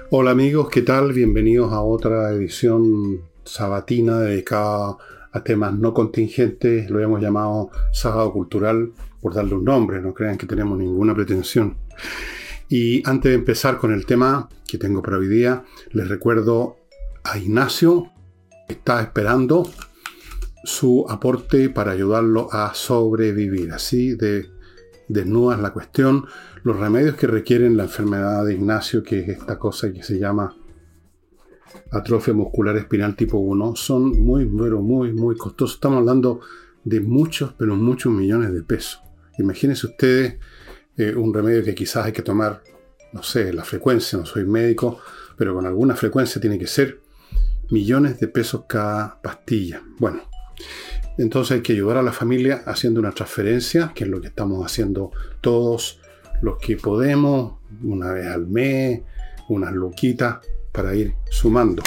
Hola amigos, ¿qué tal? Bienvenidos a otra edición sabatina dedicada a temas no contingentes. Lo hemos llamado Sábado Cultural por darle un nombre, no crean que tenemos ninguna pretensión. Y antes de empezar con el tema que tengo para hoy día, les recuerdo a Ignacio, que está esperando su aporte para ayudarlo a sobrevivir. Así de desnuda es la cuestión. Los remedios que requieren la enfermedad de Ignacio, que es esta cosa que se llama atrofia muscular espinal tipo 1, son muy costosos. Estamos hablando de muchos millones de pesos. Imagínense ustedes un remedio que quizás hay que tomar, no sé, la frecuencia, no soy médico, pero con alguna frecuencia tiene que ser millones de pesos cada pastilla. Bueno, entonces hay que ayudar a la familia haciendo una transferencia, que es lo que estamos haciendo todos los que podemos, una vez al mes, unas luquitas para ir sumando.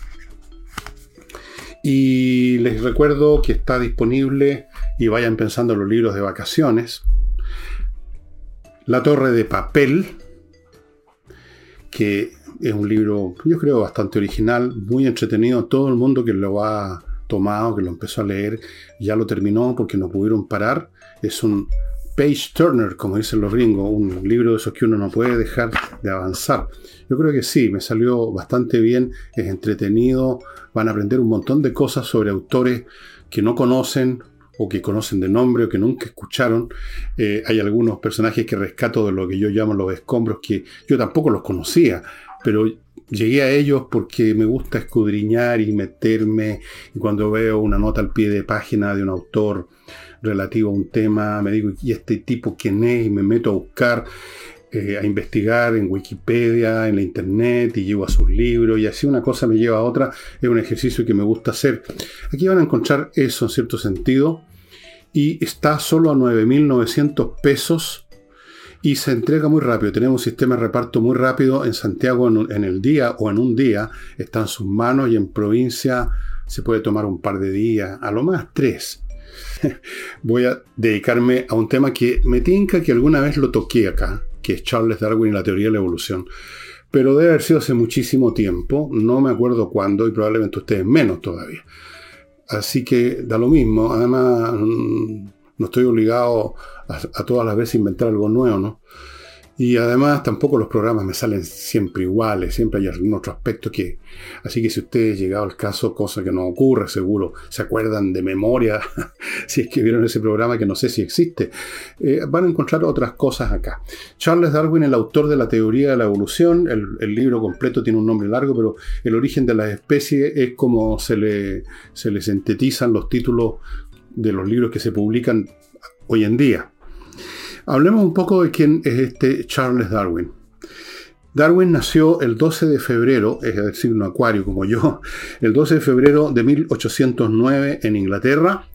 Y les recuerdo que está disponible, y vayan pensando en los libros de vacaciones, La Torre de Papel, que es un libro, yo creo, bastante original, muy entretenido. Todo el mundo que lo ha tomado, que lo empezó a leer, ya lo terminó porque no pudieron parar. Es un page turner, como dicen los gringos, un libro de esos que uno no puede dejar de avanzar. Yo creo que sí, me salió bastante bien, es entretenido, van a aprender un montón de cosas sobre autores que no conocen, o que conocen de nombre, o que nunca escucharon. Hay algunos personajes que rescato de lo que yo llamo los escombros, que yo tampoco los conocía, pero llegué a ellos porque me gusta escudriñar y meterme, y cuando veo una nota al pie de página de un autor relativo a un tema, me digo, ¿y este tipo quién es? Y me meto a buscar, a investigar en Wikipedia, en la internet, y llego a sus libros, y así una cosa me lleva a otra. Es un ejercicio que me gusta hacer. Aquí van a encontrar eso en cierto sentido, y está solo a 9.900 pesos, y se entrega muy rápido. Tenemos un sistema de reparto muy rápido. En Santiago en el día o en un día está en sus manos, y en provincia se puede tomar un par de días, a lo más 3. Voy a dedicarme a un tema que me tinca que alguna vez lo toqué acá, que es Charles Darwin y la teoría de la evolución. Pero debe haber sido hace muchísimo tiempo, no me acuerdo cuándo, y probablemente ustedes menos todavía. Así que da lo mismo. Además, no estoy obligado a todas las veces inventar algo nuevo, ¿no? Y además tampoco los programas me salen siempre iguales, siempre hay algún otro aspecto que... Así que si ustedes, llegado al caso, cosa que no ocurre seguro, se acuerdan de memoria, si es que vieron ese programa que no sé si existe, van a encontrar otras cosas acá. Charles Darwin, el autor de la teoría de la evolución, el libro completo tiene un nombre largo, pero el origen de las especies es como se le sintetizan los títulos de los libros que se publican hoy en día. Hablemos un poco de quién es este Charles Darwin. Darwin nació el 12 de febrero, es decir, un acuario como yo, el 12 de febrero de 1809 en Inglaterra,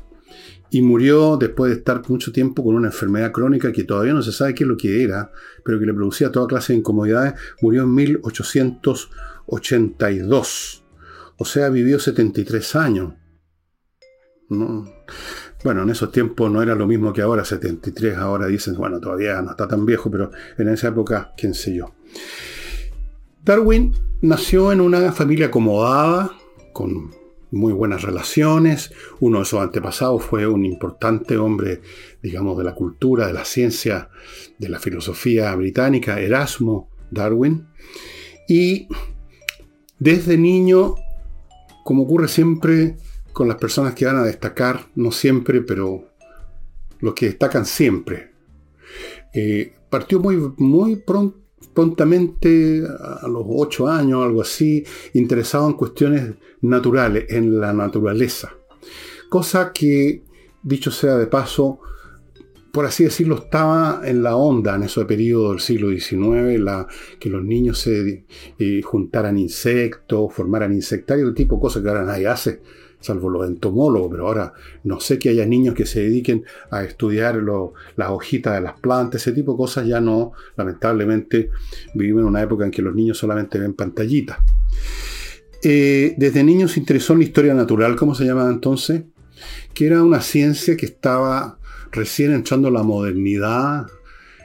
y murió después de estar mucho tiempo con una enfermedad crónica que todavía no se sabe qué es lo que era, pero que le producía toda clase de incomodidades. Murió en 1882, o sea, vivió 73 años. ¿No? Bueno, en esos tiempos no era lo mismo que ahora, 73, ahora dicen, bueno, todavía no está tan viejo, pero en esa época, quién sé yo. Darwin nació en una familia acomodada, con muy buenas relaciones. Uno de sus antepasados fue un importante hombre, digamos, de la cultura, de la ciencia, de la filosofía británica, Erasmo Darwin. Y desde niño, como ocurre siempre con las personas que van a destacar, no siempre, pero los que destacan siempre. Partió muy prontamente, a los 8 años, algo así, interesado en cuestiones naturales, en la naturaleza. Cosa que, dicho sea de paso, por así decirlo, estaba en la onda en ese periodo del siglo XIX, que los niños se juntaran insectos, formaran insectarios, el tipo de cosas que ahora nadie hace, salvo los entomólogos, pero ahora no sé que haya niños que se dediquen a estudiar las hojitas de las plantas, ese tipo de cosas ya no. Lamentablemente vivimos en una época en que los niños solamente ven pantallitas. Desde niño se interesó en la historia natural, como se llamaba entonces, que era una ciencia que estaba recién entrando a la modernidad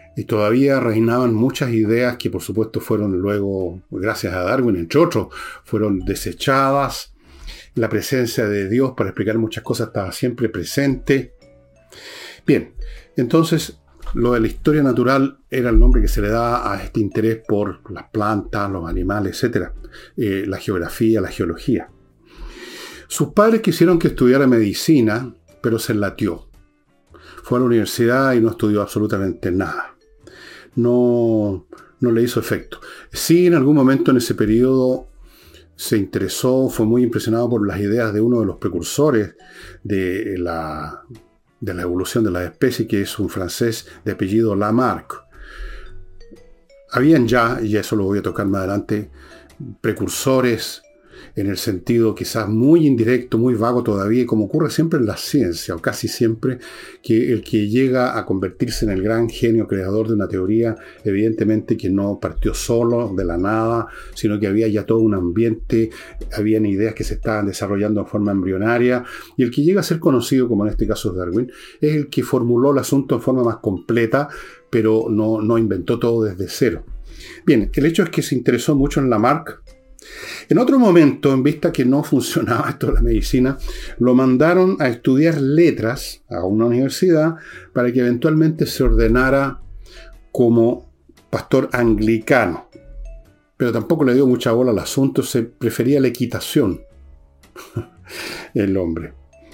y todavía reinaban muchas ideas que por supuesto fueron luego, gracias a Darwin, entre otros, fueron desechadas. La presencia de Dios para explicar muchas cosas estaba siempre presente. Bien, entonces lo de la historia natural era el nombre que se le da a este interés por las plantas, los animales, etc. La geografía, la geología. Sus padres quisieron que estudiara medicina, pero se enlatió. Fue a la universidad y no estudió absolutamente nada. No le hizo efecto. Sí, en algún momento en ese periodo se interesó, fue muy impresionado por las ideas de uno de los precursores de la evolución de las especies, que es un francés de apellido Lamarck. Habían ya, y eso lo voy a tocar más adelante, precursores en el sentido quizás muy indirecto, muy vago todavía, como ocurre siempre en la ciencia, o casi siempre, que el que llega a convertirse en el gran genio creador de una teoría, evidentemente que no partió solo de la nada, sino que había ya todo un ambiente, habían ideas que se estaban desarrollando en forma embrionaria, y el que llega a ser conocido, como en este caso es Darwin, es el que formuló el asunto en forma más completa, pero no inventó todo desde cero. Bien, el hecho es que se interesó mucho en Lamarck. En otro momento, en vista que no funcionaba esto de la medicina, lo mandaron a estudiar letras a una universidad para que eventualmente se ordenara como pastor anglicano. Pero tampoco le dio mucha bola al asunto, se prefería la equitación, el hombre.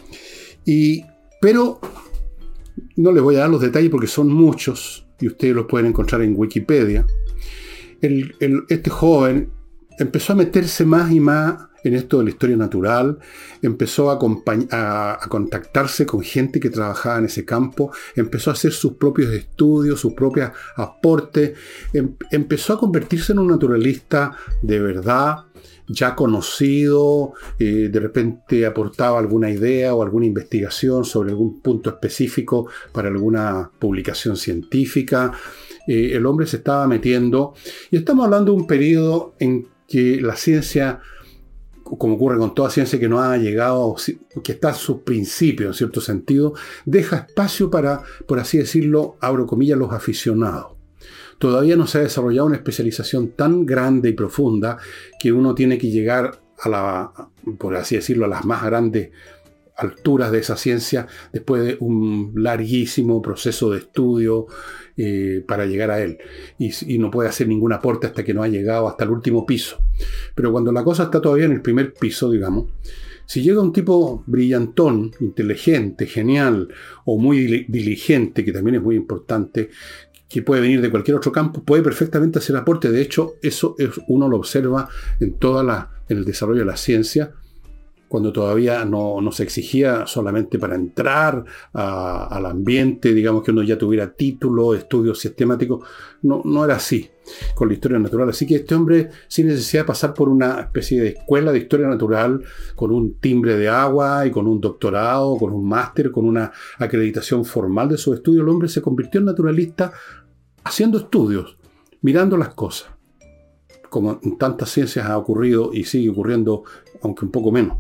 Pero no les voy a dar los detalles porque son muchos y ustedes los pueden encontrar en Wikipedia. Este joven empezó a meterse más y más en esto de la historia natural, empezó a contactarse con gente que trabajaba en ese campo, empezó a hacer sus propios estudios, sus propios aportes, empezó a convertirse en un naturalista de verdad, ya conocido, de repente aportaba alguna idea o alguna investigación sobre algún punto específico para alguna publicación científica. El hombre se estaba metiendo, y estamos hablando de un periodo en que la ciencia, como ocurre con toda ciencia que no ha llegado, que está en sus principios, en cierto sentido, deja espacio para, por así decirlo, abro comillas, los aficionados. Todavía no se ha desarrollado una especialización tan grande y profunda que uno tiene que llegar por así decirlo, a las más grandes alturas de esa ciencia después de un larguísimo proceso de estudio para llegar a él, y no puede hacer ningún aporte hasta que no ha llegado hasta el último piso. Pero cuando la cosa está todavía en el primer piso, digamos, si llega un tipo brillantón, inteligente, genial o muy diligente, que también es muy importante, que puede venir de cualquier otro campo, puede perfectamente hacer aporte. De hecho, eso uno lo observa en el desarrollo de la ciencia, cuando todavía no se exigía solamente para entrar al ambiente, digamos que uno ya tuviera título, estudios sistemáticos. No era así con la historia natural. Así que este hombre, sin necesidad de pasar por una especie de escuela de historia natural, con un timbre de agua y con un doctorado, con un máster, con una acreditación formal de sus estudios, el hombre se convirtió en naturalista haciendo estudios, mirando las cosas, como en tantas ciencias ha ocurrido y sigue ocurriendo, aunque un poco menos.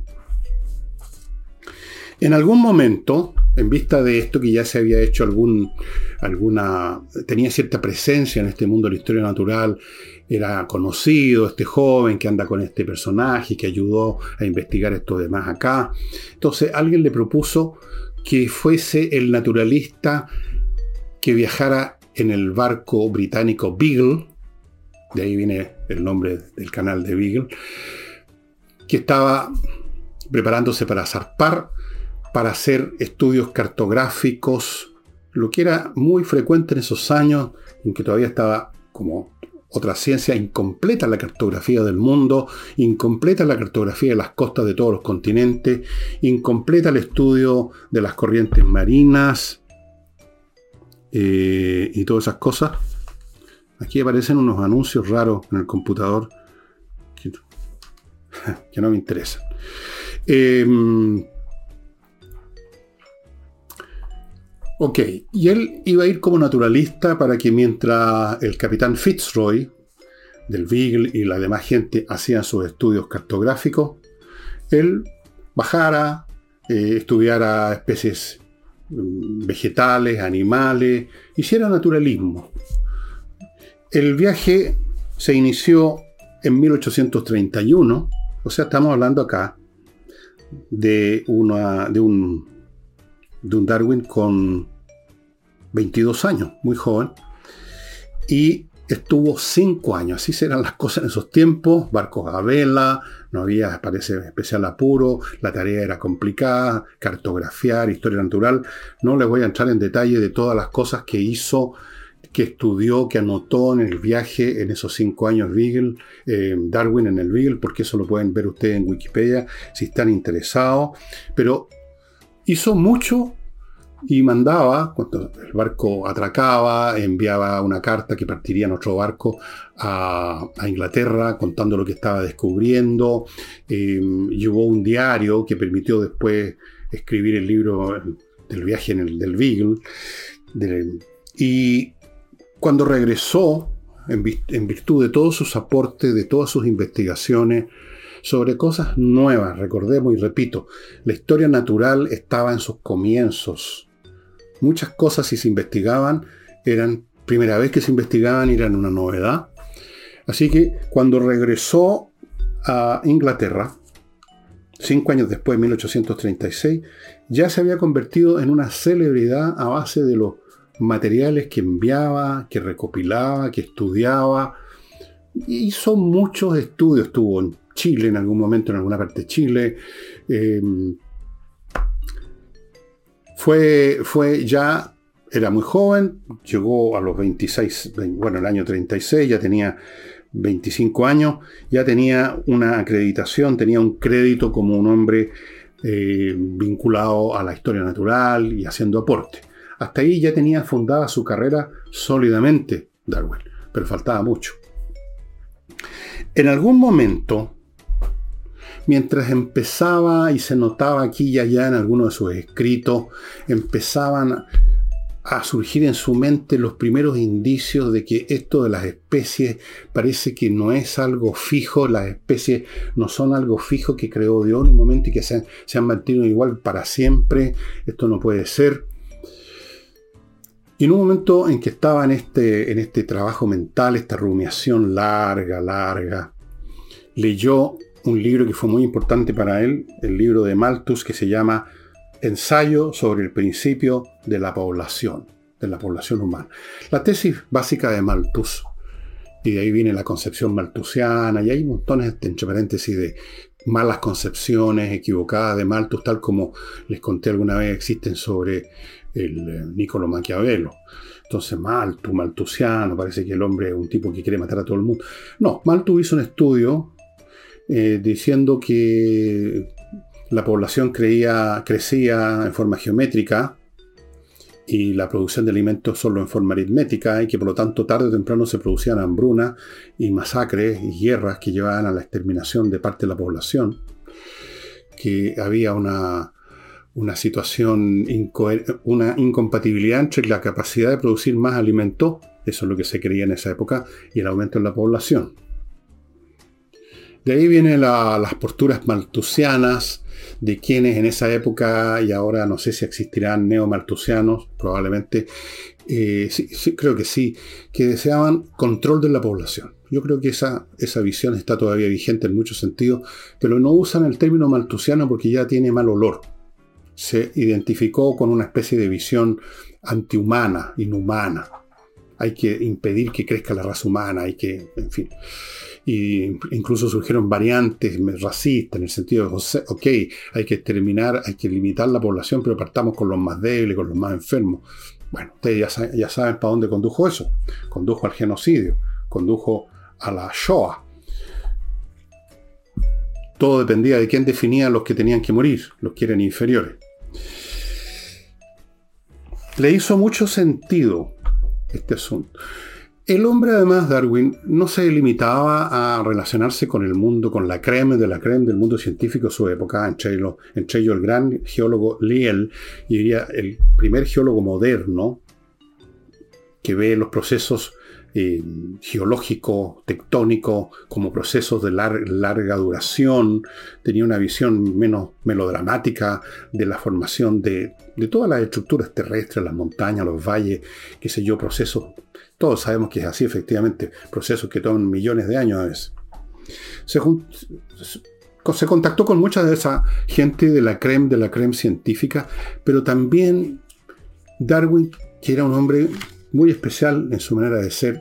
En algún momento, en vista de esto que ya se había hecho tenía cierta presencia en este mundo de la historia natural, era conocido este joven que anda con este personaje, que ayudó a investigar esto demás acá. Entonces alguien le propuso que fuese el naturalista que viajara en el barco británico Beagle, de ahí viene el nombre del canal de Beagle, que estaba preparándose para zarpar, para hacer estudios cartográficos, lo que era muy frecuente en esos años en que todavía estaba, como otra ciencia, incompleta la cartografía del mundo, incompleta la cartografía de las costas de todos los continentes, incompleta el estudio de las corrientes marinas y todas esas cosas. Aquí aparecen unos anuncios raros en el computador que no me interesan. Ok, y él iba a ir como naturalista para que mientras el capitán Fitzroy del Beagle y la demás gente hacían sus estudios cartográficos, él bajara, estudiara especies vegetales, animales, hiciera naturalismo. El viaje se inició en 1831, o sea, estamos hablando acá de un Darwin con 22 años, muy joven, y estuvo 5 años, así eran las cosas en esos tiempos, barcos a vela, no había, parece, especial apuro, la tarea era complicada, cartografiar, historia natural. No les voy a entrar en detalle de todas las cosas que hizo, que estudió, que anotó en el viaje en esos 5 años Darwin en el Beagle, porque eso lo pueden ver ustedes en Wikipedia si están interesados. Pero hizo mucho y mandaba, cuando el barco atracaba, enviaba una carta que partiría en otro barco a Inglaterra contando lo que estaba descubriendo. Llevó un diario que permitió después escribir el libro del viaje del Beagle. Y cuando regresó, en virtud de todos sus aportes, de todas sus investigaciones sobre cosas nuevas, recordemos y repito, la historia natural estaba en sus comienzos. Muchas cosas, si se investigaban, eran primera vez que se investigaban y eran una novedad. Así que cuando regresó a Inglaterra, 5 años después, en 1836, ya se había convertido en una celebridad a base de los materiales que enviaba, que recopilaba, que estudiaba. Hizo muchos estudios, estuvo en Chile en algún momento, en alguna parte de Chile. Era muy joven, llegó a los 26, bueno, el año 36, ya tenía 25 años, ya tenía una acreditación, tenía un crédito como un hombre vinculado a la historia natural y haciendo aporte. Hasta ahí ya tenía fundada su carrera sólidamente Darwin, pero faltaba mucho. En algún momento, mientras empezaba y se notaba aquí y allá en algunos de sus escritos, empezaban a surgir en su mente los primeros indicios de que esto de las especies parece que no es algo fijo, las especies no son algo fijo que creó Dios en un momento y que se han mantenido igual para siempre, esto no puede ser. Y en un momento en que estaba en este trabajo mental, esta rumiación larga, leyó un libro que fue muy importante para él, el libro de Malthus, que se llama Ensayo sobre el principio de la población humana. La tesis básica de Malthus, y de ahí viene la concepción malthusiana, y hay montones, entre paréntesis, de malas concepciones equivocadas de Malthus, tal como les conté alguna vez, existen sobre el Niccolo Maquiavelo. Entonces malthusiano, parece que el hombre es un tipo que quiere matar a todo el mundo. No, Malthus hizo un estudio diciendo que la población crecía en forma geométrica y la producción de alimentos solo en forma aritmética, y que por lo tanto tarde o temprano se producían hambrunas y masacres y guerras que llevaban a la exterminación de parte de la población, que había una situación, una incompatibilidad entre la capacidad de producir más alimentos, eso es lo que se creía en esa época, y el aumento en la población. De ahí vienen las posturas malthusianas de quienes en esa época, y ahora no sé si existirán neomalthusianos, probablemente, sí, creo que sí, que deseaban control de la población. Yo creo que esa visión está todavía vigente en muchos sentidos, pero no usan el término malthusiano porque ya tiene mal olor. Se identificó con una especie de visión antihumana, inhumana. Hay que impedir que crezca la raza humana, en fin. Y incluso surgieron variantes racistas en el sentido de, ok, hay que limitar la población, pero partamos con los más débiles, con los más enfermos. Bueno, ustedes ya saben para dónde condujo eso. Condujo al genocidio, condujo a la Shoah. Todo dependía de quién definía a los que tenían que morir, los que eran inferiores. Le hizo mucho sentido este asunto. El hombre, además, Darwin, no se limitaba a relacionarse con el mundo, con la crème de la crème del mundo científico de su época, entre ellos el gran geólogo Lyell, y diría el primer geólogo moderno que ve los procesos geológico, tectónico, como procesos de larga duración. Tenía una visión menos melodramática de la formación de todas las estructuras terrestres, las montañas, los valles, qué sé yo, procesos. Todos sabemos que es así, efectivamente, procesos que toman millones de años a veces. Se contactó con mucha de esa gente de la crème científica, pero también Darwin, que era un hombre muy especial en su manera de ser,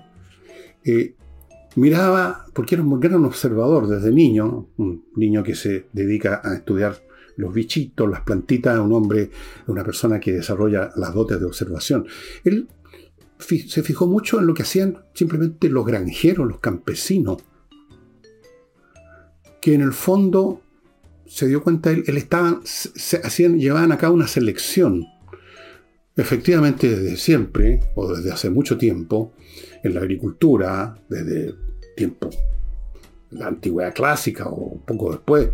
miraba, porque era un observador desde niño, un niño que se dedica a estudiar los bichitos, las plantitas, un hombre, una persona que desarrolla las dotes de observación. Él se fijó mucho en lo que hacían simplemente los granjeros, los campesinos, que en el fondo se dio cuenta, llevaban a cabo una selección. Efectivamente, desde siempre, o desde hace mucho tiempo, en la agricultura, desde tiempo, la antigüedad clásica o un poco después,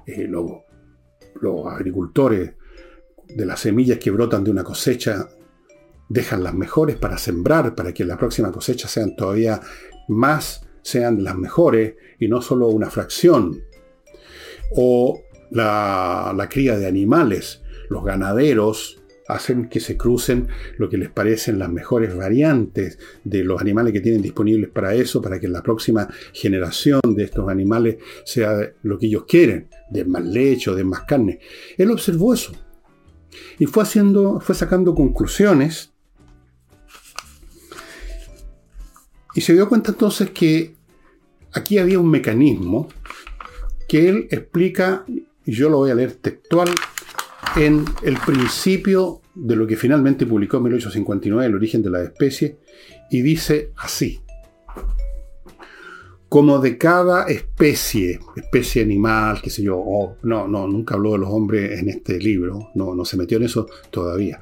los agricultores de las semillas que brotan de una cosecha dejan las mejores para sembrar, para que la próxima cosecha sean todavía más, sean las mejores y no solo una fracción. O la cría de animales. Los ganaderos hacen que se crucen lo que les parecen las mejores variantes de los animales que tienen disponibles para eso, para que la próxima generación de estos animales sea lo que ellos quieren, de más leche o de más carne. Él observó eso y fue sacando conclusiones, y se dio cuenta entonces que aquí había un mecanismo que él explica, y yo lo voy a leer textual, en el principio de lo que finalmente publicó en 1859, El origen de la especie, y dice así: como de cada especie animal, qué sé yo, nunca habló de los hombres en este libro, no se metió en eso todavía.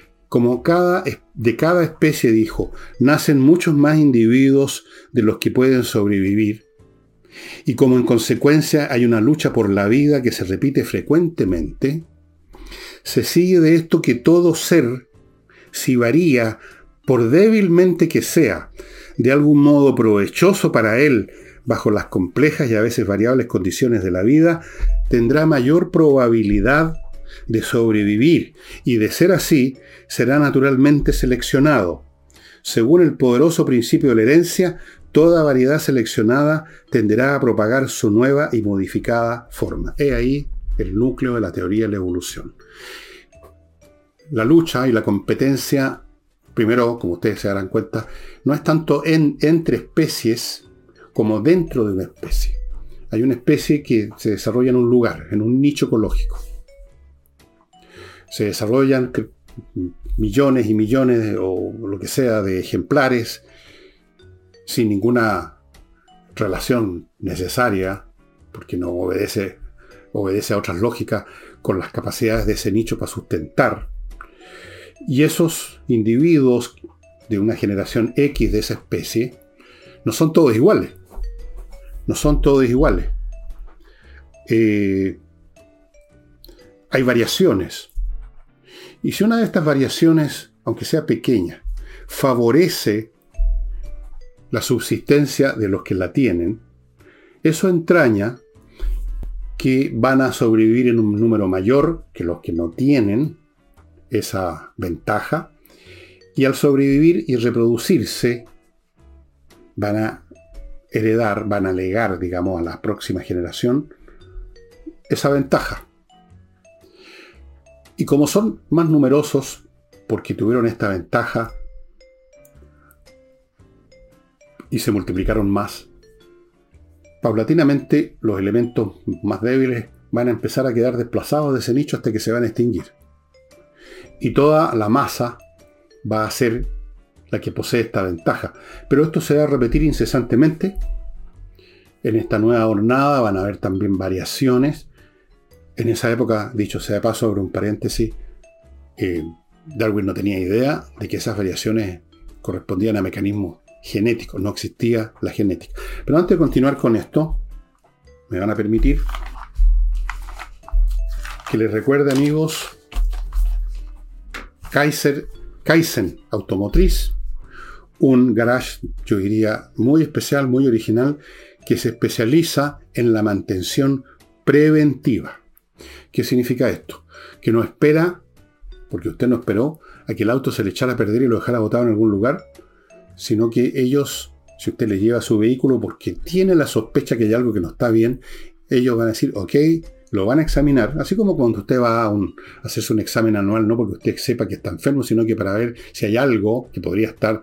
De cada especie, dijo, nacen muchos más individuos de los que pueden sobrevivir, y como en consecuencia hay una lucha por la vida que se repite frecuentemente, se sigue de esto que todo ser, si varía, por débilmente que sea, de algún modo provechoso para él, bajo las complejas y a veces variables condiciones de la vida, tendrá mayor probabilidad de sobrevivir, y de ser así, será naturalmente seleccionado. Según el poderoso principio de la herencia, toda variedad seleccionada tenderá a propagar su nueva y modificada forma. He ahí el núcleo de la teoría de la evolución. La lucha y la competencia, primero, como ustedes se darán cuenta, no es tanto entre especies como dentro de una especie. Hay una especie que se desarrolla en un lugar, en un nicho ecológico. Se desarrollan millones y millones o lo que sea de ejemplares sin ninguna relación necesaria, porque no obedece a otras lógicas, con las capacidades de ese nicho para sustentar. Y esos individuos de una generación X de esa especie no son todos iguales. Hay variaciones. Y si una de estas variaciones, aunque sea pequeña, favorece la subsistencia de los que la tienen, eso entraña que van a sobrevivir en un número mayor que los que no tienen esa ventaja, y al sobrevivir y reproducirse van a legar, digamos, a la próxima generación esa ventaja. Y como son más numerosos porque tuvieron esta ventaja y se multiplicaron más, paulatinamente los elementos más débiles van a empezar a quedar desplazados de ese nicho hasta que se van a extinguir. Y toda la masa va a ser la que posee esta ventaja. Pero esto se va a repetir incesantemente. En esta nueva jornada van a haber también variaciones. En esa época, dicho sea de paso, abro un paréntesis, Darwin no tenía idea de que esas variaciones correspondían a mecanismos genéticos, no existía la genética. Pero antes de continuar con esto, me van a permitir que les recuerde, amigos, Kaizen Automotriz, un garage, yo diría, muy especial, muy original, que se especializa en la mantención preventiva. ¿Qué significa esto? Que no espera, porque usted no esperó, a que el auto se le echara a perder y lo dejara botado en algún lugar, sino que ellos, si usted le lleva su vehículo porque tiene la sospecha que hay algo que no está bien, ellos van a decir, ok, lo van a examinar, así como cuando usted va a hacerse un examen anual, no porque usted sepa que está enfermo, sino que para ver si hay algo que podría estar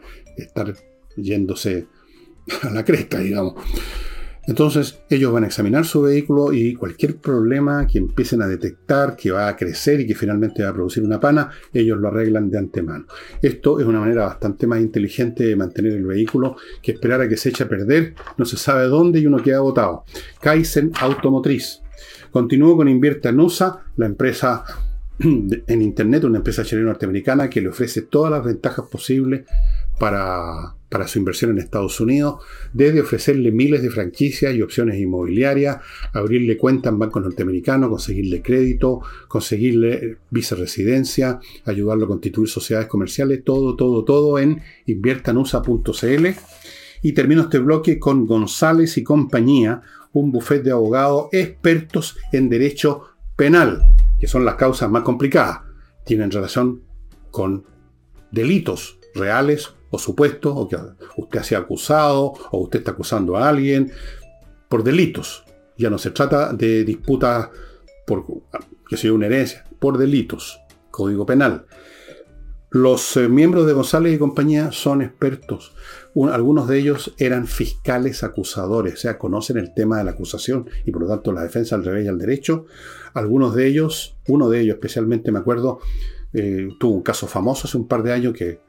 yéndose a la cresta, digamos. Entonces, ellos van a examinar su vehículo y cualquier problema que empiecen a detectar, que va a crecer y que finalmente va a producir una pana, ellos lo arreglan de antemano. Esto es una manera bastante más inteligente de mantener el vehículo que esperar a que se eche a perder, no se sabe dónde y uno queda botado. Kaizen Automotriz. Continúo con Invierta en USA, la empresa en Internet, una empresa chileno-norteamericana que le ofrece todas las ventajas posibles para su inversión en Estados Unidos, desde ofrecerle miles de franquicias y opciones inmobiliarias, abrirle cuenta en bancos norteamericanos, conseguirle crédito, conseguirle visa residencia, ayudarlo a constituir sociedades comerciales, todo en inviertanusa.cl. Y termino este bloque con González y compañía, un bufete de abogados expertos en derecho penal, que son las causas más complicadas. Tienen relación con delitos reales o supuestos, o que usted ha sido acusado, o usted está acusando a alguien por delitos. Ya no se trata de disputas por, que sea una herencia, por delitos. Código Penal. Los miembros de González y compañía son expertos. Algunos de ellos eran fiscales acusadores, o sea, conocen el tema de la acusación y por lo tanto la defensa al revés y al derecho. Algunos de ellos, uno de ellos especialmente me acuerdo, tuvo un caso famoso hace un par de años que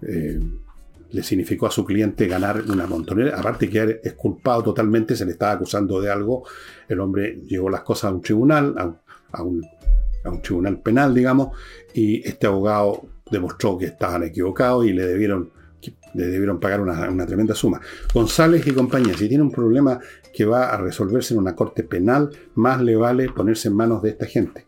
le significó a su cliente ganar una montonera, aparte de quedar exculpado totalmente, se le estaba acusando de algo. El hombre llevó las cosas a un tribunal, a un tribunal penal, digamos, y este abogado demostró que estaban equivocados y le debieron pagar una tremenda suma. González y compañía, si tiene un problema que va a resolverse en una corte penal, más le vale ponerse en manos de esta gente.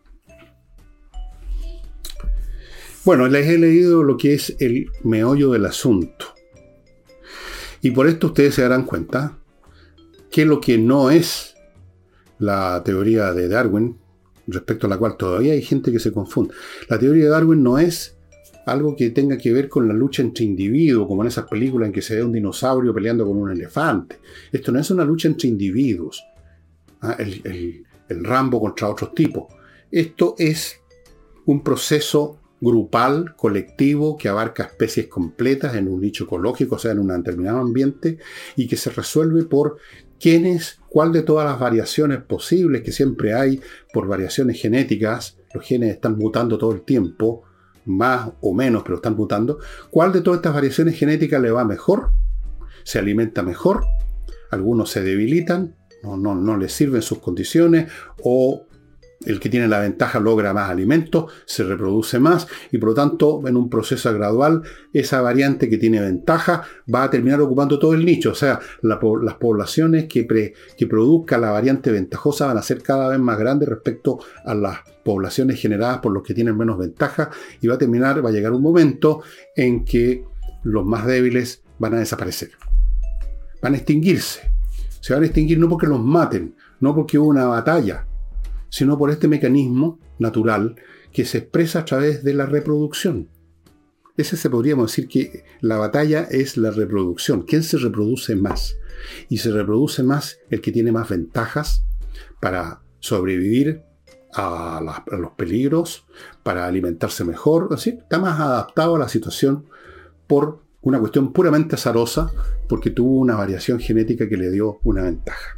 Bueno, les he leído lo que es el meollo del asunto. Y por esto ustedes se darán cuenta que lo que no es la teoría de Darwin, respecto a la cual todavía hay gente que se confunde. La teoría de Darwin no es algo que tenga que ver con la lucha entre individuos, como en esas películas en que se ve un dinosaurio peleando con un elefante. Esto no es una lucha entre individuos. El Rambo contra otros tipos. Esto es un proceso grupal, colectivo, que abarca especies completas en un nicho ecológico, o sea, en un determinado ambiente, y que se resuelve por cuál de todas las variaciones posibles que siempre hay por variaciones genéticas, los genes están mutando todo el tiempo, más o menos, pero están mutando, cuál de todas estas variaciones genéticas le va mejor, se alimenta mejor, algunos se debilitan, no les sirven sus condiciones, o el que tiene la ventaja logra más alimentos, se reproduce más y por lo tanto en un proceso gradual esa variante que tiene ventaja va a terminar ocupando todo el nicho. O sea, las poblaciones que produzca la variante ventajosa van a ser cada vez más grandes respecto a las poblaciones generadas por los que tienen menos ventaja y va a llegar un momento en que los más débiles van a desaparecer. Van a extinguirse. Se van a extinguir no porque los maten, no porque hubo una batalla, sino por este mecanismo natural que se expresa a través de la reproducción. Podríamos decir que la batalla es la reproducción. ¿Quién se reproduce más? Y se reproduce más el que tiene más ventajas para sobrevivir a los peligros, para alimentarse mejor. Así, está más adaptado a la situación por una cuestión puramente azarosa, porque tuvo una variación genética que le dio una ventaja.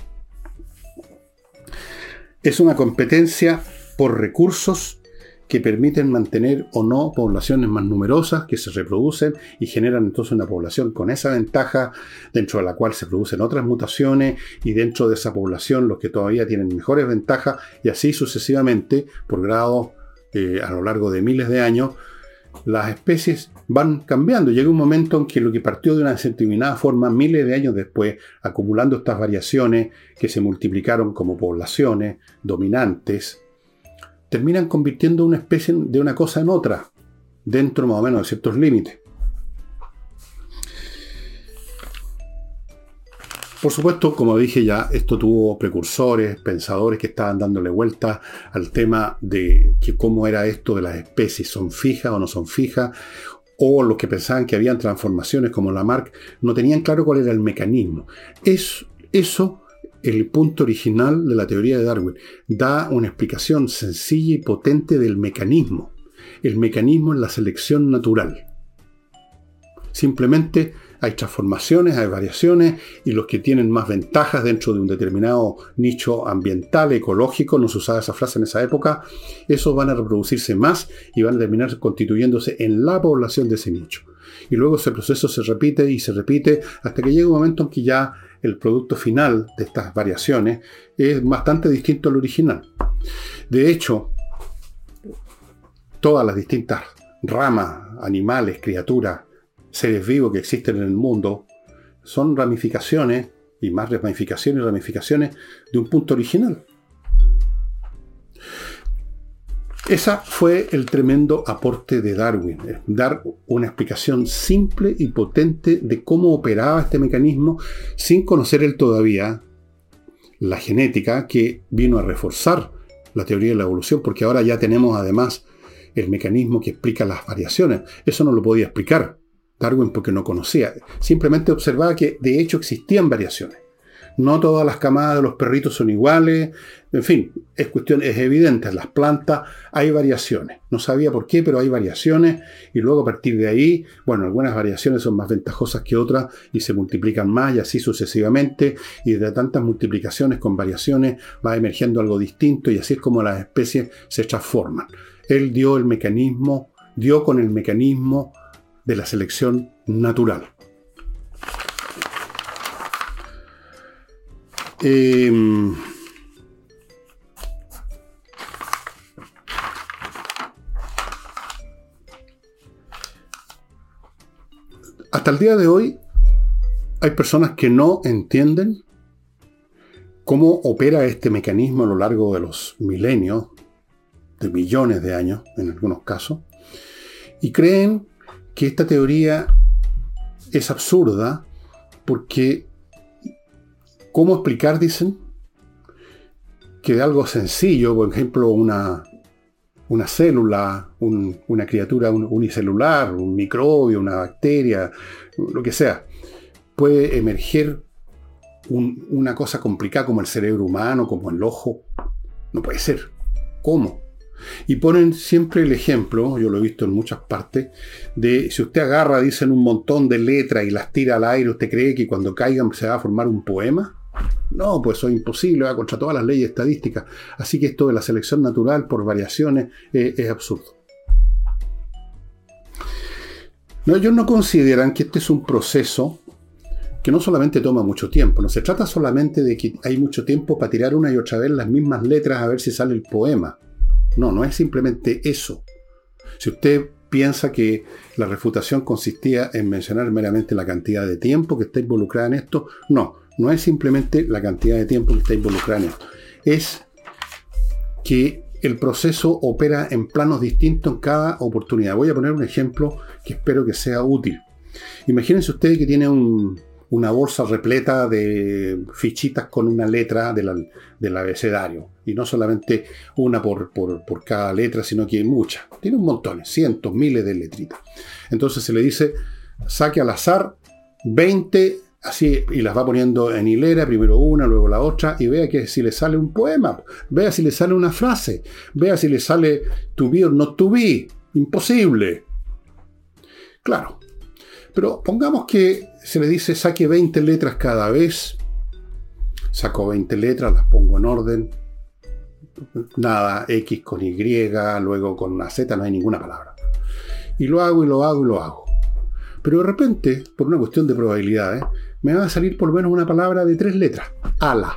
Es una competencia por recursos que permiten mantener o no poblaciones más numerosas que se reproducen y generan entonces una población con esa ventaja dentro de la cual se producen otras mutaciones y dentro de esa población los que todavía tienen mejores ventajas y así sucesivamente por grados a lo largo de miles de años las especies van cambiando. Llega un momento en que lo que partió de una determinada forma, miles de años después, acumulando estas variaciones que se multiplicaron como poblaciones dominantes, terminan convirtiendo una especie de una cosa en otra, dentro más o menos de ciertos límites. Por supuesto, como dije ya, esto tuvo precursores, pensadores que estaban dándole vuelta al tema de que cómo era esto de las especies, son fijas o no son fijas, o los que pensaban que habían transformaciones como Lamarck, no tenían claro cuál era el mecanismo. Eso, el punto original de la teoría de Darwin, da una explicación sencilla y potente del mecanismo. El mecanismo es la selección natural. Simplemente hay transformaciones, hay variaciones, y los que tienen más ventajas dentro de un determinado nicho ambiental, ecológico, no se usaba esa frase en esa época, esos van a reproducirse más y van a terminar constituyéndose en la población de ese nicho. Y luego ese proceso se repite y se repite hasta que llega un momento en que ya el producto final de estas variaciones es bastante distinto al original. De hecho, todas las distintas ramas, animales, criaturas, seres vivos que existen en el mundo, son ramificaciones, y más ramificaciones de un punto original. Ese fue el tremendo aporte de Darwin, dar una explicación simple y potente de cómo operaba este mecanismo, sin conocer él todavía la genética, que vino a reforzar la teoría de la evolución, porque ahora ya tenemos además el mecanismo que explica las variaciones. Eso no lo podía explicar Darwin porque no conocía, simplemente observaba que de hecho existían variaciones. No todas las camadas de los perritos son iguales, en fin, es evidente, en las plantas hay variaciones. No sabía por qué, pero hay variaciones, y luego a partir de ahí, bueno, algunas variaciones son más ventajosas que otras y se multiplican más y así sucesivamente, y de tantas multiplicaciones con variaciones va emergiendo algo distinto y así es como las especies se transforman. Él dio con el mecanismo de la selección natural. Hasta el día de hoy hay personas que no entienden cómo opera este mecanismo a lo largo de los milenios, de millones de años en algunos casos, y creen que esta teoría es absurda porque ¿cómo explicar, dicen, que de algo sencillo, por ejemplo, una célula, una criatura unicelular, un microbio, una bacteria, lo que sea, puede emerger una cosa complicada como el cerebro humano, como el ojo? No puede ser. ¿Cómo? Y ponen siempre el ejemplo, yo lo he visto en muchas partes, de si usted agarra, dicen, un montón de letras y las tira al aire, ¿usted cree que cuando caigan se va a formar un poema? No, pues eso es imposible, va contra todas las leyes estadísticas. Así que esto de la selección natural por variaciones es absurdo. No, ellos no consideran que este es un proceso que no solamente toma mucho tiempo, no se trata solamente de que hay mucho tiempo para tirar una y otra vez las mismas letras a ver si sale el poema. No es simplemente eso. Si usted piensa que la refutación consistía en mencionar meramente la cantidad de tiempo que está involucrada en esto, no es simplemente la cantidad de tiempo que está involucrada en esto. Es que el proceso opera en planos distintos en cada oportunidad. Voy a poner un ejemplo que espero que sea útil. Imagínense usted que tiene una bolsa repleta de fichitas con una letra del abecedario. Y no solamente una por cada letra, sino que hay muchas. Tiene un montón, cientos, miles de letritas. Entonces se le dice, saque al azar 20, así, y las va poniendo en hilera, primero una, luego la otra, y vea que si le sale un poema, vea si le sale una frase, vea si le sale to be or not to be. Imposible. Claro. Pero pongamos que se le dice saque 20 letras cada vez. Saco 20 letras, las pongo en orden. Nada, X con Y, luego con una Z, no hay ninguna palabra. Y lo hago. Pero de repente, por una cuestión de probabilidades, me va a salir por lo menos una palabra de 3 letras. Ala.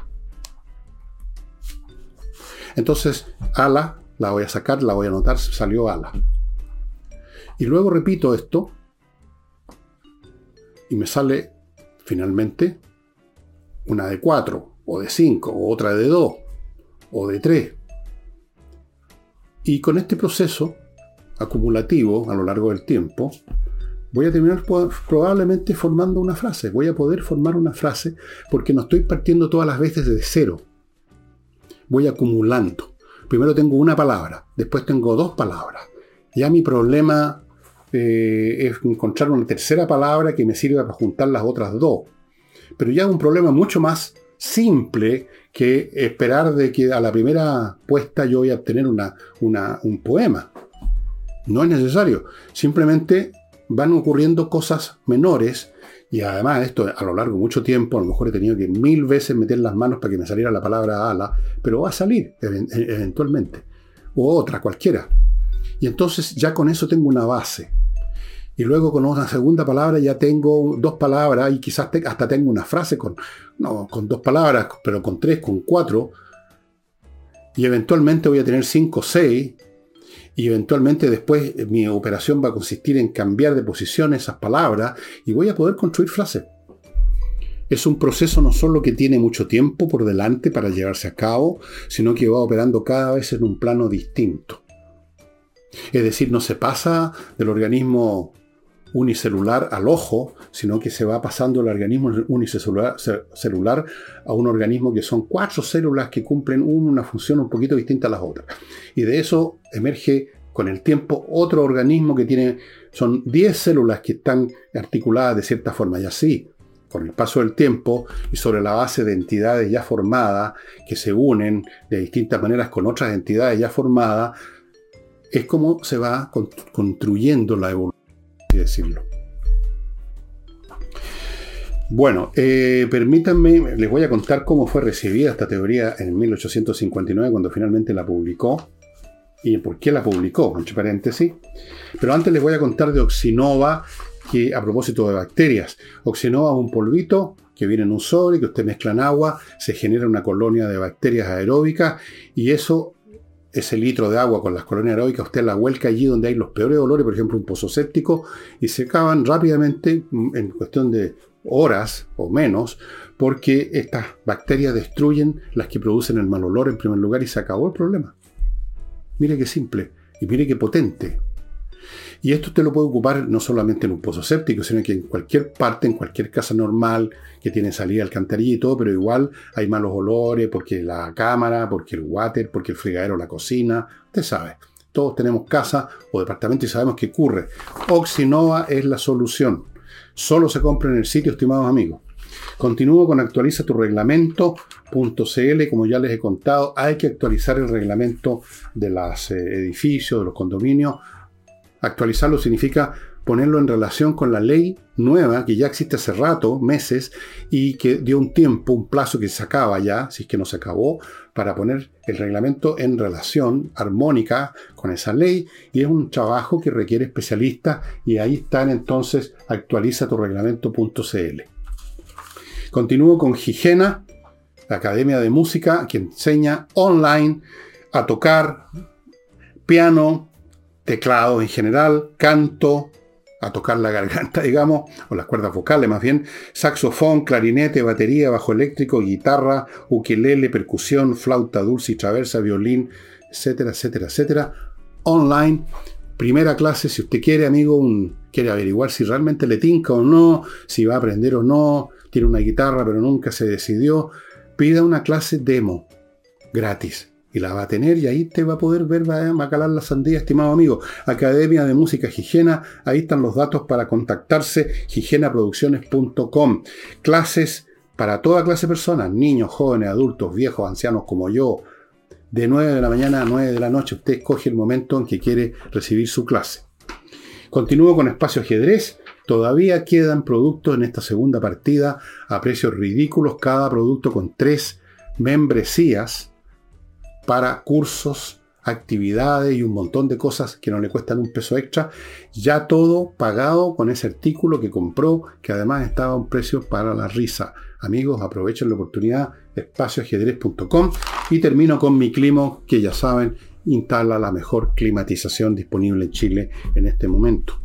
Entonces, ala, la voy a sacar, la voy a anotar, salió ala. Y luego repito esto. Y me sale, finalmente, una de 4, o de 5, o otra de 2, o de 3. Y con este proceso acumulativo a lo largo del tiempo, voy a terminar probablemente formando una frase. Voy a poder formar una frase porque no estoy partiendo todas las veces de cero. Voy acumulando. Primero tengo una palabra, después tengo dos palabras. Ya mi problema es encontrar una tercera palabra que me sirva para juntar las otras dos. Pero ya es un problema mucho más simple que esperar de que a la primera puesta yo voy a obtener un poema. No es necesario. Simplemente van ocurriendo cosas menores. Y además esto a lo largo de mucho tiempo, a lo mejor he tenido que 1000 veces meter las manos para que me saliera la palabra ala, pero va a salir eventualmente. O otra, cualquiera. Y entonces ya con eso tengo una base. Y luego con una segunda palabra ya tengo dos palabras y quizás hasta tengo una frase con dos palabras, pero con 3, con 4. Y eventualmente voy a tener 5, 6. Y eventualmente después mi operación va a consistir en cambiar de posición esas palabras y voy a poder construir frases. Es un proceso no solo que tiene mucho tiempo por delante para llevarse a cabo, sino que va operando cada vez en un plano distinto. Es decir, no se pasa del organismo unicelular al ojo, sino que se va pasando el organismo unicelular a un organismo que son 4 células que cumplen una función un poquito distinta a las otras. Y de eso emerge con el tiempo otro organismo que son 10 células que están articuladas de cierta forma. Y así, con el paso del tiempo y sobre la base de entidades ya formadas que se unen de distintas maneras con otras entidades ya formadas, es como se va construyendo la evolución. Decirlo. Bueno, permítanme, les voy a contar cómo fue recibida esta teoría en 1859 cuando finalmente la publicó y por qué la publicó, entre paréntesis. Pero antes les voy a contar de Oxinova, que a propósito de bacterias. Oxinova es un polvito que viene en un sobre, que usted mezcla en agua, se genera una colonia de bacterias aeróbicas y ese litro de agua con las colonias aeróbicas, usted la vuelca allí donde hay los peores olores, por ejemplo un pozo séptico, y se acaban rápidamente, en cuestión de horas o menos, porque estas bacterias destruyen las que producen el mal olor en primer lugar y se acabó el problema. Mire qué simple y mire qué potente. Y esto usted lo puede ocupar no solamente en un pozo séptico, sino que en cualquier parte, en cualquier casa normal que tiene salida alcantarilla y todo, pero igual hay malos olores porque la cámara, porque el water, porque el fregadero, la cocina. Usted sabe, todos tenemos casa o departamento y sabemos qué ocurre. Oxinova es la solución. Solo se compra en el sitio, estimados amigos. Continúo con actualiza tu reglamento.cl. Como ya les he contado, hay que actualizar el reglamento de los edificios, de los condominios. Actualizarlo significa ponerlo en relación con la ley nueva que ya existe hace rato, meses, y que dio un tiempo, un plazo que se acaba ya, si es que no se acabó, para poner el reglamento en relación armónica con esa ley, y es un trabajo que requiere especialistas, y ahí están entonces actualiza tu reglamento.cl. Continúo con Gigena, la Academia de Música, que enseña online a tocar piano, teclado en general, canto, a tocar la garganta, digamos, o las cuerdas vocales más bien, saxofón, clarinete, batería, bajo eléctrico, guitarra, ukelele, percusión, flauta dulce y traversa, violín, etcétera, etcétera, etcétera. Online, primera clase, si usted quiere, amigo, quiere averiguar si realmente le tinca o no, si va a aprender o no, tiene una guitarra pero nunca se decidió, pida una clase demo, gratis. Y la va a tener y ahí te va a poder ver, va a calar la sandía, estimado amigo. Academia de Música Gigena, ahí están los datos para contactarse, gigenaproducciones.com. Clases para toda clase de personas, niños, jóvenes, adultos, viejos, ancianos como yo. De 9 de la mañana a 9 de la noche, usted escoge el momento en que quiere recibir su clase. Continúo con Espacio Ajedrez. Todavía quedan productos en esta segunda partida a precios ridículos, cada producto con 3 membresías para cursos, actividades y un montón de cosas que no le cuestan un peso extra. Ya todo pagado con ese artículo que compró, que además estaba a un precio para la risa. Amigos, aprovechen la oportunidad, espacioajedrez.com. Y termino con Mi Climo, que ya saben, instala la mejor climatización disponible en Chile en este momento.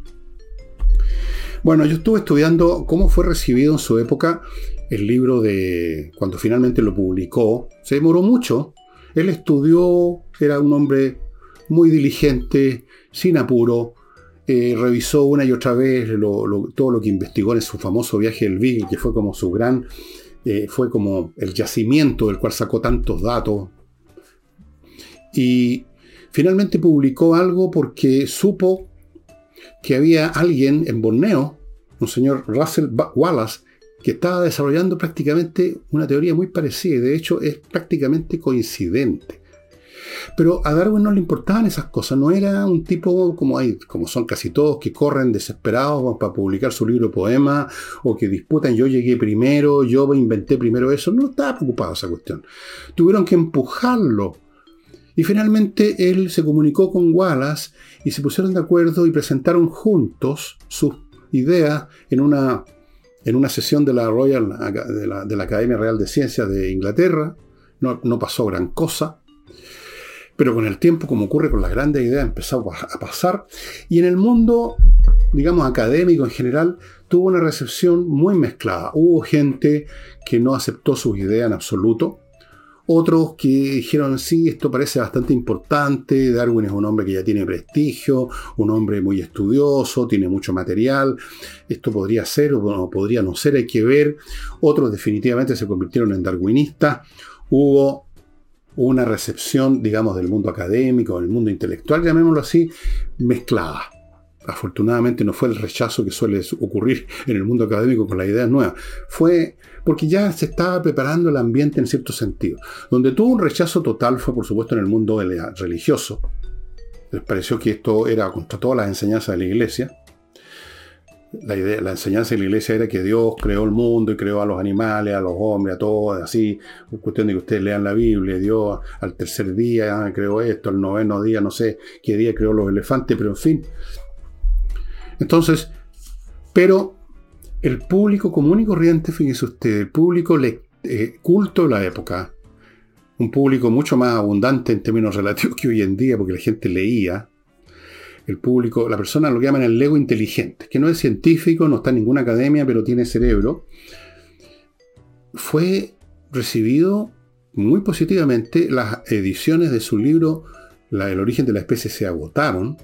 Bueno, yo estuve estudiando cómo fue recibido en su época el libro de cuando finalmente lo publicó. Se demoró mucho. Él estudió, era un hombre muy diligente, sin apuro, revisó una y otra vez todo lo que investigó en su famoso viaje del Big, que fue como su gran, fue como el yacimiento del cual sacó tantos datos. Y finalmente publicó algo porque supo que había alguien en Borneo, un señor Russell Wallace, que estaba desarrollando prácticamente una teoría muy parecida, y de hecho es prácticamente coincidente. Pero a Darwin no le importaban esas cosas, no era un tipo como son casi todos, que corren desesperados para publicar su libro de poemas, o que disputan yo llegué primero, yo inventé primero eso. No estaba preocupado esa cuestión. Tuvieron que empujarlo. Y finalmente él se comunicó con Wallace y se pusieron de acuerdo y presentaron juntos sus ideas en una sesión de la de la Academia Real de Ciencias de Inglaterra. No pasó gran cosa. Pero con el tiempo, como ocurre con las grandes ideas, empezó a pasar. Y en el mundo, digamos, académico en general, tuvo una recepción muy mezclada. Hubo gente que no aceptó sus ideas en absoluto. Otros que dijeron, sí, esto parece bastante importante. Darwin es un hombre que ya tiene prestigio, un hombre muy estudioso, tiene mucho material. Esto podría ser o podría no ser, hay que ver. Otros definitivamente se convirtieron en darwinistas. Hubo una recepción, digamos, del mundo académico, del mundo intelectual, llamémoslo así, mezclada. Afortunadamente no fue el rechazo que suele ocurrir en el mundo académico con las ideas nuevas. Fue porque ya se estaba preparando el ambiente en cierto sentido. Donde tuvo un rechazo total fue, por supuesto, en el mundo religioso. Les pareció que esto era contra todas las enseñanzas de la Iglesia. La enseñanza de la Iglesia era que Dios creó el mundo y creó a los animales, a los hombres, a todos, así. Es cuestión de que ustedes lean la Biblia. Dios al tercer día creó esto, al noveno día, no sé qué día creó los elefantes, pero en fin. Entonces, pero el público común y corriente, fíjese usted, el público culto de la época, un público mucho más abundante en términos relativos que hoy en día, porque la gente leía. El público, la persona lo que llaman el ego inteligente, que no es científico, no está en ninguna academia, pero tiene cerebro, fue recibido muy positivamente. Las ediciones de su libro, El origen de la especie, se agotaron,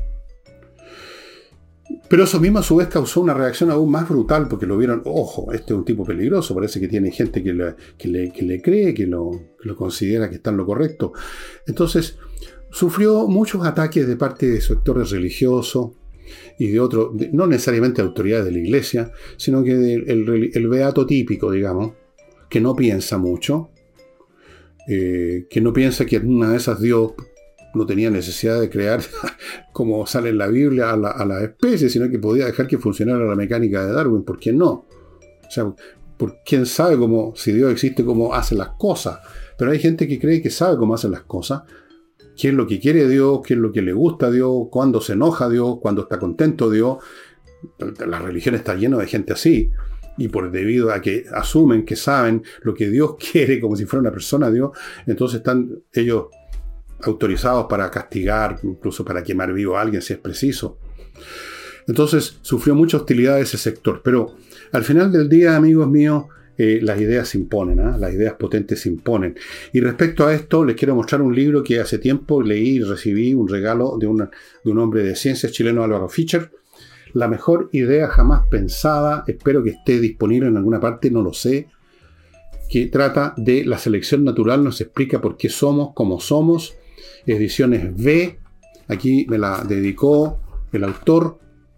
pero eso mismo a su vez causó una reacción aún más brutal, porque lo vieron, ojo, este es un tipo peligroso, parece que tiene gente que le cree, que lo considera que está en lo correcto. Entonces, sufrió muchos ataques de parte de sectores religiosos y de otros, no necesariamente autoridades de la Iglesia, sino que el beato típico, digamos, que no piensa mucho, que no piensa que en una de esas Dios no tenía necesidad de crear, como sale en la Biblia, a la especie, sino que podía dejar que funcionara la mecánica de Darwin. ¿Por qué no? O sea, ¿quién sabe si Dios existe, cómo hace las cosas? Pero hay gente que cree que sabe cómo hacen las cosas. ¿Qué es lo que quiere Dios? ¿Qué es lo que le gusta a Dios? ¿Cuándo se enoja Dios? ¿Cuándo está contento Dios? La religión está llena de gente así. Y debido a que asumen que saben lo que Dios quiere, como si fuera una persona Dios, entonces están ellos autorizados para castigar, incluso para quemar vivo a alguien si es preciso. Entonces sufrió mucha hostilidad de ese sector. Pero al final del día, amigos míos, las ideas se imponen, las ideas potentes se imponen. Y respecto a esto, les quiero mostrar un libro que hace tiempo leí y recibí un regalo de un hombre de ciencias chileno, Álvaro Fischer. La mejor idea jamás pensada, espero que esté disponible en alguna parte, no lo sé, que trata de la selección natural, nos explica por qué somos como somos. Ediciones B, aquí me la dedicó el autor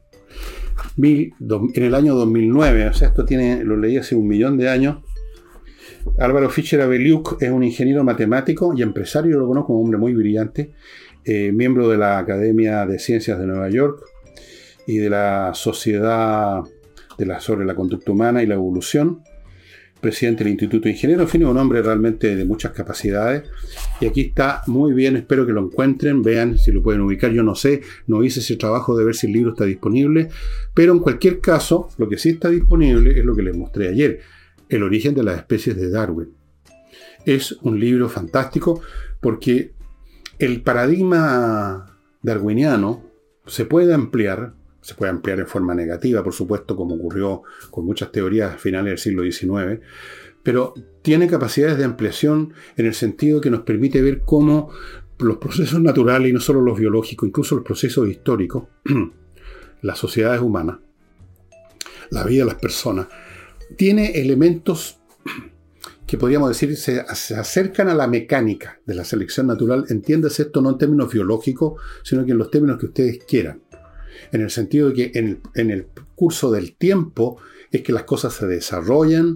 en el año 2009, o sea, esto lo leí hace 1.000.000 de años. Álvaro Fischer Abeliuk es un ingeniero matemático y empresario, yo lo conozco como un hombre muy brillante, miembro de la Academia de Ciencias de Nueva York y de la Sociedad sobre la Conducta Humana y la Evolución, presidente del Instituto de Ingenieros, en fin, un hombre realmente de muchas capacidades. Y aquí está muy bien, espero que lo encuentren, vean si lo pueden ubicar. Yo no sé, no hice ese trabajo de ver si el libro está disponible, pero en cualquier caso, lo que sí está disponible es lo que les mostré ayer, El origen de las especies de Darwin. Es un libro fantástico porque el paradigma darwiniano se puede ampliar en forma negativa, por supuesto, como ocurrió con muchas teorías a finales del siglo XIX, pero tiene capacidades de ampliación en el sentido que nos permite ver cómo los procesos naturales, y no solo los biológicos, incluso los procesos históricos, las sociedades humanas, la vida de las personas, tiene elementos que podríamos decir se acercan a la mecánica de la selección natural. Entiéndase esto no en términos biológicos, sino que en los términos que ustedes quieran. En el sentido de que en el curso del tiempo es que las cosas se desarrollan,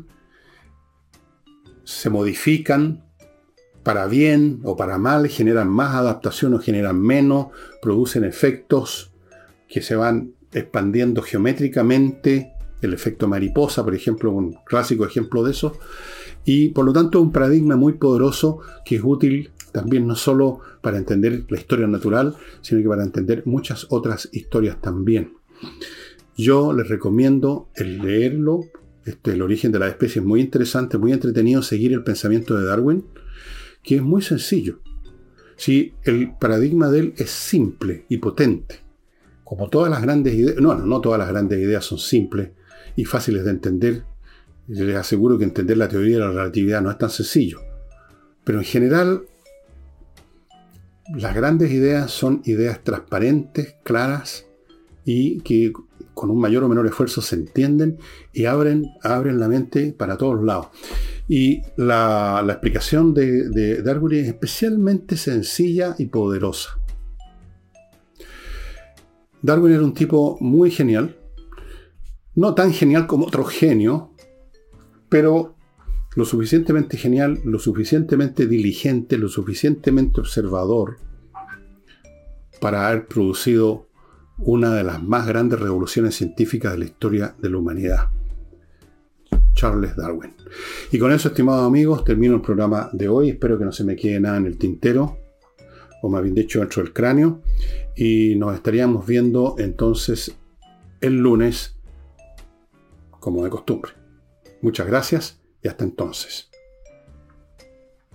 se modifican para bien o para mal, generan más adaptación o generan menos, producen efectos que se van expandiendo geométricamente, el efecto mariposa, por ejemplo, un clásico ejemplo de eso, y por lo tanto un paradigma muy poderoso que es útil también no solo para entender la historia natural, sino que para entender muchas otras historias también. Yo les recomiendo el leerlo. El origen de la especie es muy interesante, muy entretenido seguir el pensamiento de Darwin, que es muy sencillo. Sí, el paradigma de él es simple y potente. Como todas las grandes ideas, no todas las grandes ideas son simples y fáciles de entender. Les aseguro que entender la teoría de la relatividad no es tan sencillo. Pero en general, las grandes ideas son ideas transparentes, claras y que con un mayor o menor esfuerzo se entienden y abren la mente para todos lados. Y la explicación de Darwin es especialmente sencilla y poderosa. Darwin era un tipo muy genial, no tan genial como otro genio, pero lo suficientemente genial, lo suficientemente diligente, lo suficientemente observador para haber producido una de las más grandes revoluciones científicas de la historia de la humanidad. Charles Darwin. Y con eso, estimados amigos, termino el programa de hoy. Espero que no se me quede nada en el tintero, o más bien dicho, dentro del cráneo. Y nos estaríamos viendo entonces el lunes, como de costumbre. Muchas gracias y hasta entonces.